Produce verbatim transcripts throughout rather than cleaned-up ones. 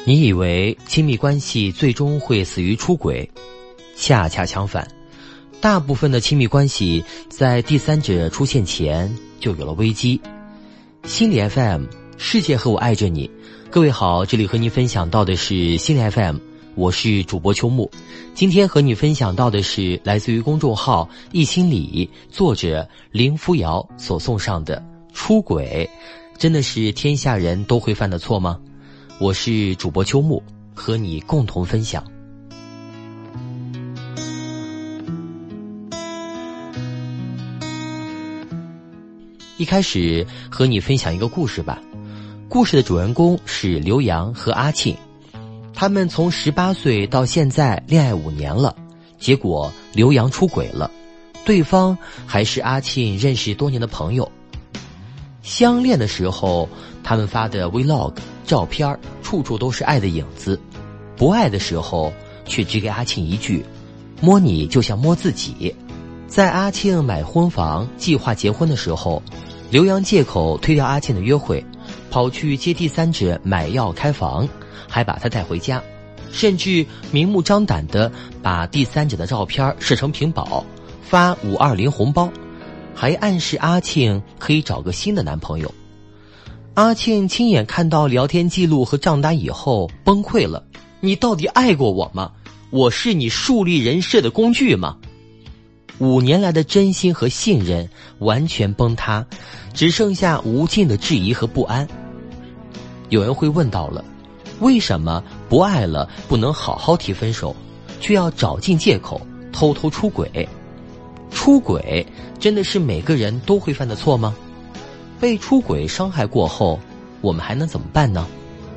你以为亲密关系最终会死于出轨，恰恰相反，大部分的亲密关系在第三者出现前就有了危机。心理 F M， 世界和我爱着你。各位好，这里和您分享到的是心理 F M， 我是主播秋木。今天和你分享到的是来自于公众号一心理作者林扶摇所送上的出轨，真的是天下人都会犯的错吗？我是主播秋木，和你共同分享。一开始和你分享一个故事吧。故事的主人公是刘洋和阿庆，他们从十八岁到现在恋爱五年了，结果刘洋出轨了，对方还是阿庆认识多年的朋友。相恋的时候，他们发的 vlog 照片处处都是爱的影子，不爱的时候却只给阿庆一句，摸你就像摸自己。在阿庆买婚房计划结婚的时候，刘洋借口推掉阿庆的约会，跑去接第三者买药开房，还把他带回家，甚至明目张胆地把第三者的照片设成屏保，发五二零红包，还暗示阿庆可以找个新的男朋友。阿庆亲眼看到聊天记录和账单以后崩溃了，你到底爱过我吗？我是你树立人设的工具吗？五年来的真心和信任完全崩塌，只剩下无尽的质疑和不安。有人会问到了，为什么不爱了不能好好提分手，却要找尽借口偷偷出轨？出轨真的是每个人都会犯的错吗？被出轨伤害过后，我们还能怎么办呢？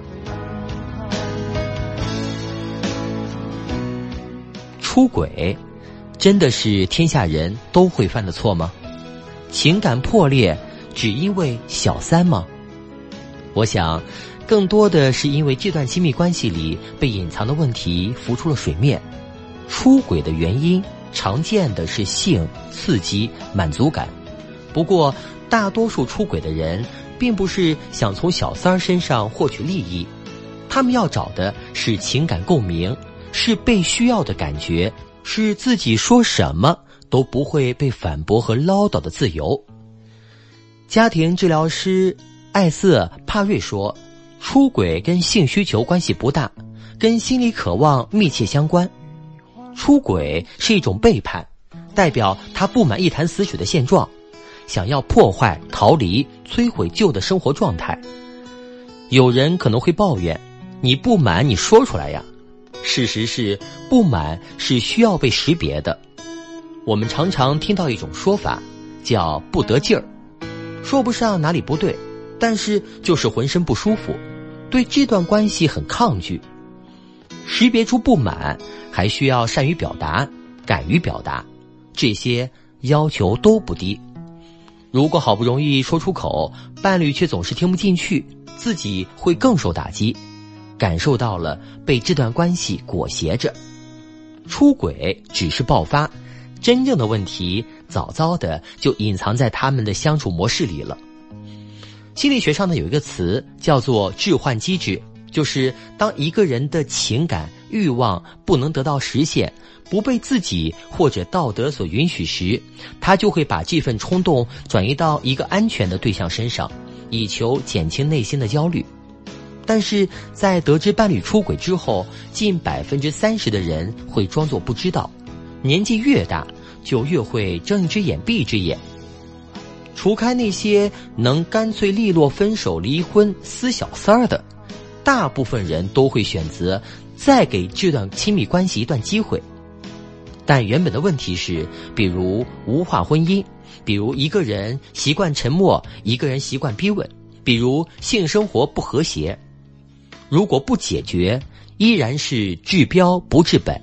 出轨真的是天下人都会犯的错吗？情感破裂只因为小三吗？我想更多的是因为这段亲密关系里被隐藏的问题浮出了水面。出轨的原因常见的是性、刺激、满足感，不过大多数出轨的人并不是想从小三身上获取利益，他们要找的是情感共鸣，是被需要的感觉，是自己说什么都不会被反驳和唠叨的自由。家庭治疗师艾瑟帕瑞说，出轨跟性需求关系不大，跟心理渴望密切相关。出轨是一种背叛，代表他不满一潭死水的现状，想要破坏、逃离、摧毁旧的生活状态。有人可能会抱怨，你不满你说出来呀。事实是，不满是需要被识别的。我们常常听到一种说法，叫不得劲儿，说不上哪里不对，但是就是浑身不舒服，对这段关系很抗拒。识别出不满，还需要善于表达，敢于表达，这些要求都不低。如果好不容易说出口，伴侣却总是听不进去，自己会更受打击，感受到了被这段关系裹挟着。出轨只是爆发，真正的问题早早的就隐藏在他们的相处模式里了。心理学上呢有一个词叫做置换机制，就是当一个人的情感欲望不能得到实现，不被自己或者道德所允许时，他就会把这份冲动转移到一个安全的对象身上，以求减轻内心的焦虑。但是在得知伴侣出轨之后，近百分之三十的人会装作不知道，年纪越大就越会睁一只眼闭一只眼。除开那些能干脆利落分手离婚撕小三儿的，大部分人都会选择再给这段亲密关系一段机会。但原本的问题是，比如无话婚姻，比如一个人习惯沉默，一个人习惯逼问，比如性生活不和谐，如果不解决，依然是治标不治本。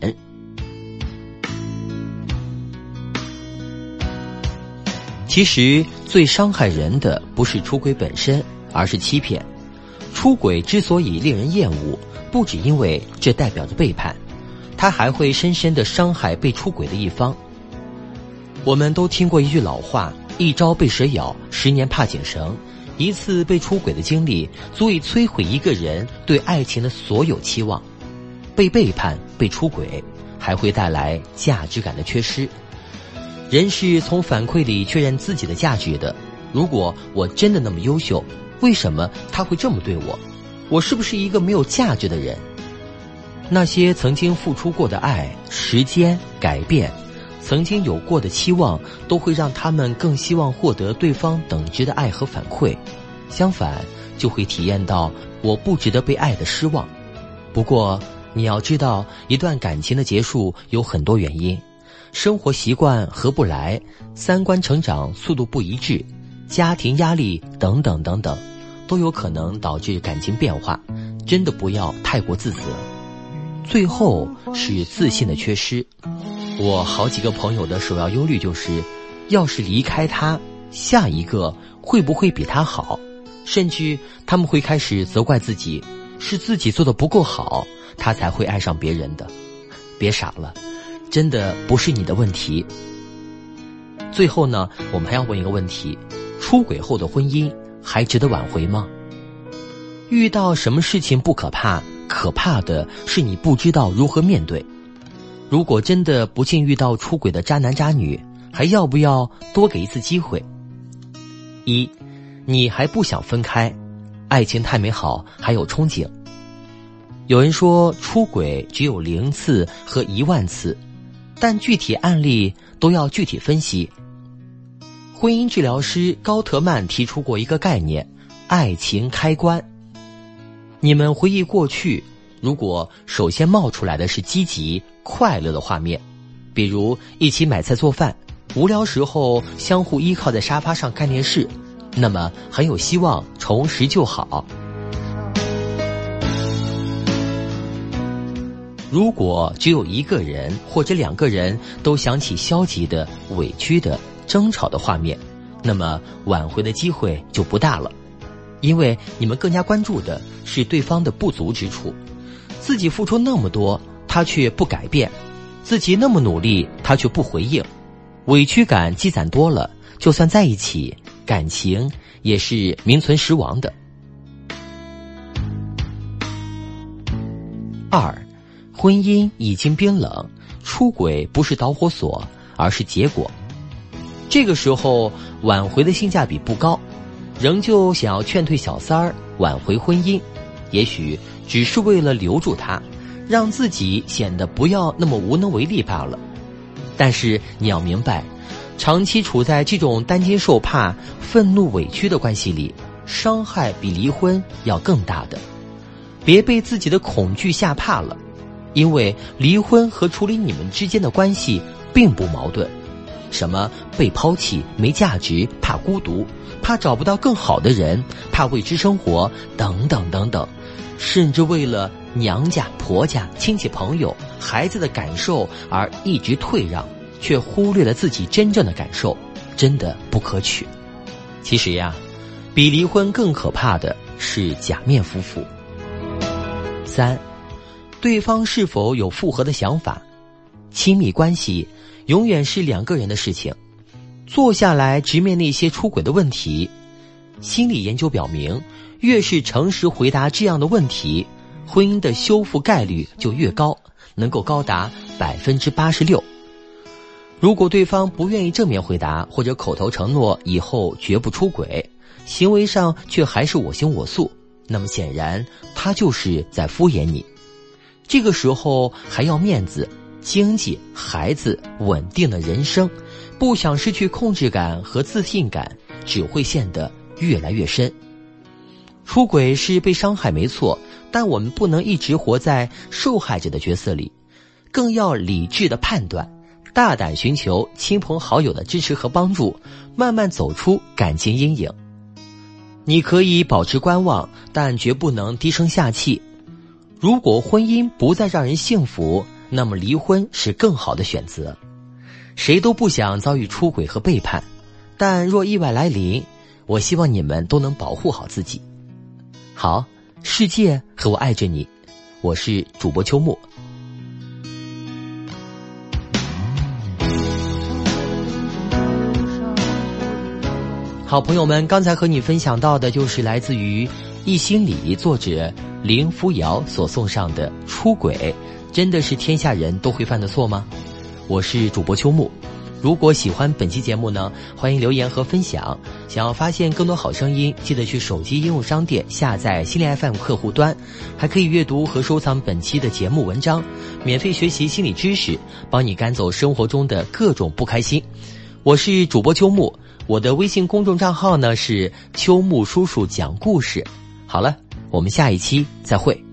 其实最伤害人的不是出轨本身，而是欺骗。出轨之所以令人厌恶，不只因为这代表着背叛，它还会深深地伤害被出轨的一方。我们都听过一句老话，一朝被蛇咬，十年怕井绳。 一次被出轨的经历足以摧毁一个人对爱情的所有期望。被背叛、被出轨，还会带来价值感的缺失。人是从反馈里确认自己的价值的。如果我真的那么优秀，为什么他会这么对我？我是不是一个没有价值的人？那些曾经付出过的爱、时间、改变，曾经有过的期望，都会让他们更希望获得对方等值的爱和反馈。相反，就会体验到我不值得被爱的失望。不过你要知道，一段感情的结束有很多原因，生活习惯合不来，三观成长速度不一致，家庭压力等等等等，都有可能导致感情变化。真的不要太过自责。最后是自信的缺失。我好几个朋友的首要忧虑就是，要是离开他，下一个会不会比他好？甚至他们会开始责怪自己，是自己做的不够好，他才会爱上别人的。别傻了，真的不是你的问题。最后呢，我们还要问一个问题：出轨后的婚姻还值得挽回吗？遇到什么事情不可怕，可怕的是你不知道如何面对。如果真的不幸遇到出轨的渣男渣女，还要不要多给一次机会？一，你还不想分开，爱情太美好，还有憧憬。有人说出轨只有零次和一万次，但具体案例都要具体分析。婚姻治疗师高特曼提出过一个概念，爱情开关。你们回忆过去，如果首先冒出来的是积极快乐的画面，比如一起买菜做饭，无聊时候相互依靠在沙发上看电视，那么很有希望重拾旧好。如果只有一个人或者两个人都想起消极的、委屈的、争吵的画面，那么挽回的机会就不大了。因为你们更加关注的是对方的不足之处，自己付出那么多，他却不改变；自己那么努力，他却不回应。委屈感积攒多了，就算在一起，感情也是名存实亡的。二，婚姻已经冰冷，出轨不是导火索，而是结果。这个时候挽回的性价比不高，仍旧想要劝退小三儿，挽回婚姻，也许只是为了留住他，让自己显得不要那么无能为力罢了。但是你要明白，长期处在这种担惊受怕、愤怒委屈的关系里，伤害比离婚要更大的。别被自己的恐惧吓怕了，因为离婚和处理你们之间的关系并不矛盾。什么被抛弃、没价值、怕孤独、怕找不到更好的人、怕未知生活等等等等，甚至为了娘家、婆家、亲戚朋友、孩子的感受而一直退让，却忽略了自己真正的感受，真的不可取。其实呀，比离婚更可怕的是假面夫妇。三，对方是否有复合的想法？亲密关系永远是两个人的事情，坐下来直面那些出轨的问题。心理研究表明，越是诚实回答这样的问题，婚姻的修复概率就越高，能够高达百分之八十六。如果对方不愿意正面回答，或者口头承诺以后绝不出轨，行为上却还是我行我素，那么显然他就是在敷衍你。这个时候还要面子、经济、孩子、稳定的人生，不想失去控制感和自信感，只会陷得越来越深。出轨是被伤害没错，但我们不能一直活在受害者的角色里，更要理智的判断，大胆寻求亲朋好友的支持和帮助，慢慢走出感情阴影。你可以保持观望，但绝不能低声下气。如果婚姻不再让人幸福，那么离婚是更好的选择。谁都不想遭遇出轨和背叛，但若意外来临，我希望你们都能保护好自己。好，世界和我爱着你，我是主播秋木。好好朋友们，刚才和你分享到的就是来自于一心理作者林扶摇所送上的出轨，真的是天下人都会犯的错吗？我是主播秋木。如果喜欢本期节目呢，欢迎留言和分享。想要发现更多好声音，记得去手机应用商店下载心理 F M 客户端，还可以阅读和收藏本期的节目文章，免费学习心理知识，帮你赶走生活中的各种不开心。我是主播秋木，我的微信公众账号呢是秋木叔叔讲故事。好了，我们下一期再会。